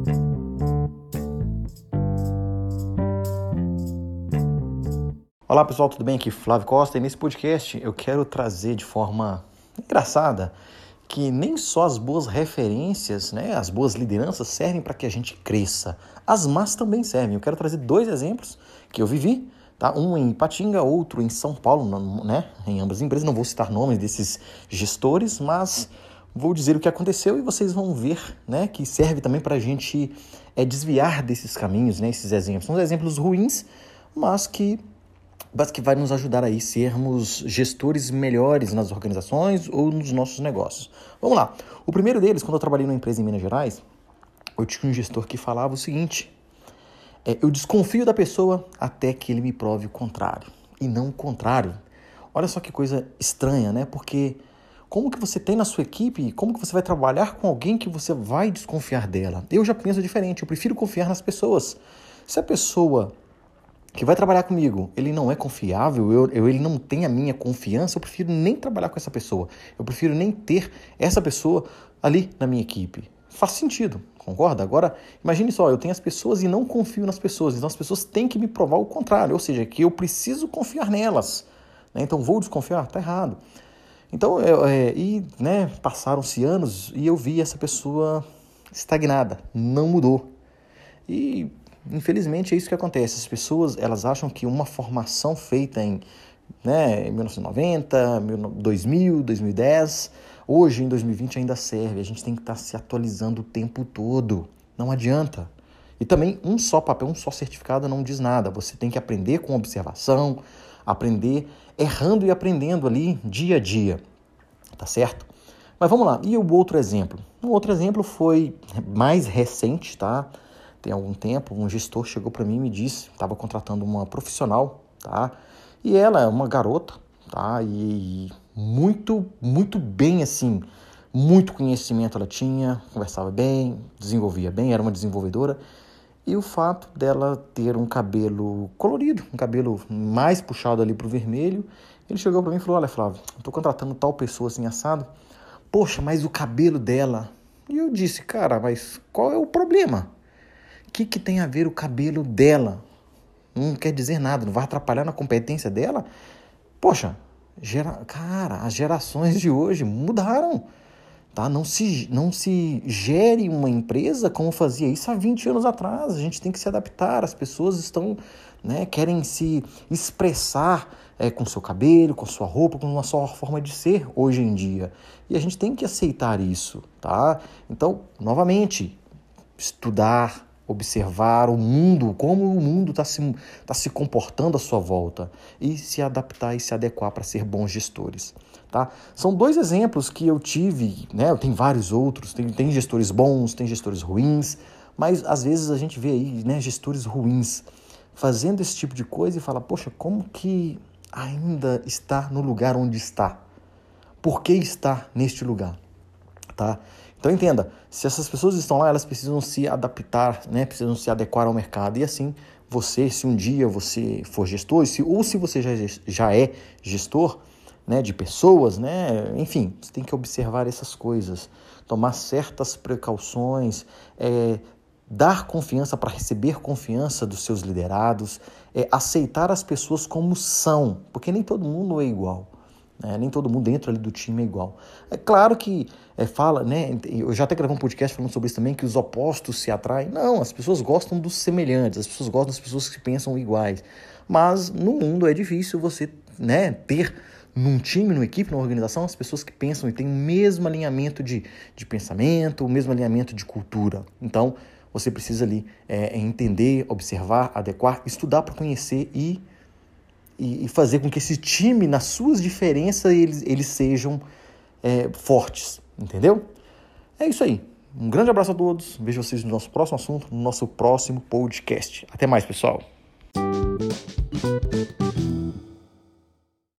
Olá pessoal, tudo bem? Aqui Flávio Costa e nesse podcast eu quero trazer de forma engraçada que nem só as boas referências, né, as boas lideranças servem para que a gente cresça, as más também servem. Eu quero trazer 2 exemplos que eu vivi, tá? Um em Ipatinga, outro em São Paulo, né, em ambas empresas. Não vou citar nomes desses gestores, mas vou dizer o que aconteceu e vocês vão ver, né, que serve também para a gente desviar desses caminhos, né, esses exemplos. São exemplos ruins, mas que vai nos ajudar aí a sermos gestores melhores nas organizações ou nos nossos negócios. Vamos lá. O primeiro deles, quando eu trabalhei numa empresa em Minas Gerais, eu tinha um gestor que falava o seguinte: eu desconfio da pessoa até que ele me prove o contrário. E não o contrário. Olha só que coisa estranha, né? Porque como que você tem na sua equipe, como que você vai trabalhar com alguém que você vai desconfiar dela? Eu já penso diferente, eu prefiro confiar nas pessoas. Se a pessoa que vai trabalhar comigo, ele não é confiável, ele não tem a minha confiança, eu prefiro nem trabalhar com essa pessoa. Eu prefiro nem ter essa pessoa ali na minha equipe. Faz sentido, concorda? Agora, imagine só, eu tenho as pessoas e não confio nas pessoas. Então as pessoas têm que me provar o contrário, ou seja, que eu preciso confiar nelas. Né? Então vou desconfiar? Tá errado. Então, passaram-se anos e eu vi essa pessoa estagnada, não mudou. E infelizmente é isso que acontece. As pessoas elas acham que uma formação feita em 1990, 2000, 2010, hoje em 2020 ainda serve. A gente tem que estar se atualizando o tempo todo. Não adianta. E também um só papel, um só certificado não diz nada. Você tem que aprender com observação, aprender errando e aprendendo ali dia a dia. Tá certo? Mas vamos lá. E o outro exemplo? O outro exemplo foi mais recente, tá? Tem algum tempo, um gestor chegou para mim e me disse, estava contratando uma profissional, tá? E ela é uma garota, tá? E muito bem, assim, muito conhecimento ela tinha, conversava bem, desenvolvia bem, era uma desenvolvedora. E o fato dela ter um cabelo colorido, um cabelo mais puxado ali pro vermelho, ele chegou para mim e falou: olha, Flávio, estou contratando tal pessoa assim assado. Poxa, mas o cabelo dela... E eu disse, cara, mas qual é o problema? O que tem a ver o cabelo dela? Não quer dizer nada, não vai atrapalhar na competência dela? Poxa, cara, as gerações de hoje mudaram. Tá? Não se gere uma empresa como fazia isso há 20 anos atrás. A gente tem que se adaptar. As pessoas estão, querem se expressar com seu cabelo, com sua roupa, com uma sua forma de ser hoje em dia. E a gente tem que aceitar isso. Tá? Então, novamente, estudar, observar o mundo, como o mundo está se comportando à sua volta e se adaptar e se adequar para ser bons gestores. Tá? São 2 exemplos que eu tive, eu tenho vários outros, tem gestores bons, tem gestores ruins, mas às vezes a gente vê aí gestores ruins fazendo esse tipo de coisa e fala, poxa, como que ainda está no lugar onde está? Por que está neste lugar? Tá? Então entenda, se essas pessoas estão lá, elas precisam se adaptar, precisam se adequar ao mercado. E assim, se um dia você for gestor, ou se você já é gestor de pessoas, enfim, você tem que observar essas coisas, tomar certas precauções, dar confiança para receber confiança dos seus liderados, aceitar as pessoas como são, porque nem todo mundo é igual. Nem todo mundo dentro ali do time é igual. É claro que eu já até gravei um podcast falando sobre isso também, que os opostos se atraem. Não, as pessoas gostam dos semelhantes, as pessoas gostam das pessoas que pensam iguais. Mas no mundo é difícil você ter num time, numa equipe, numa organização, as pessoas que pensam e têm o mesmo alinhamento de pensamento, o mesmo alinhamento de cultura. Então, você precisa ali entender, observar, adequar, estudar para conhecer e fazer com que esse time, nas suas diferenças, eles sejam fortes, entendeu? É isso aí. Um grande abraço a todos. Vejo vocês no nosso próximo assunto, no nosso próximo podcast. Até mais, pessoal.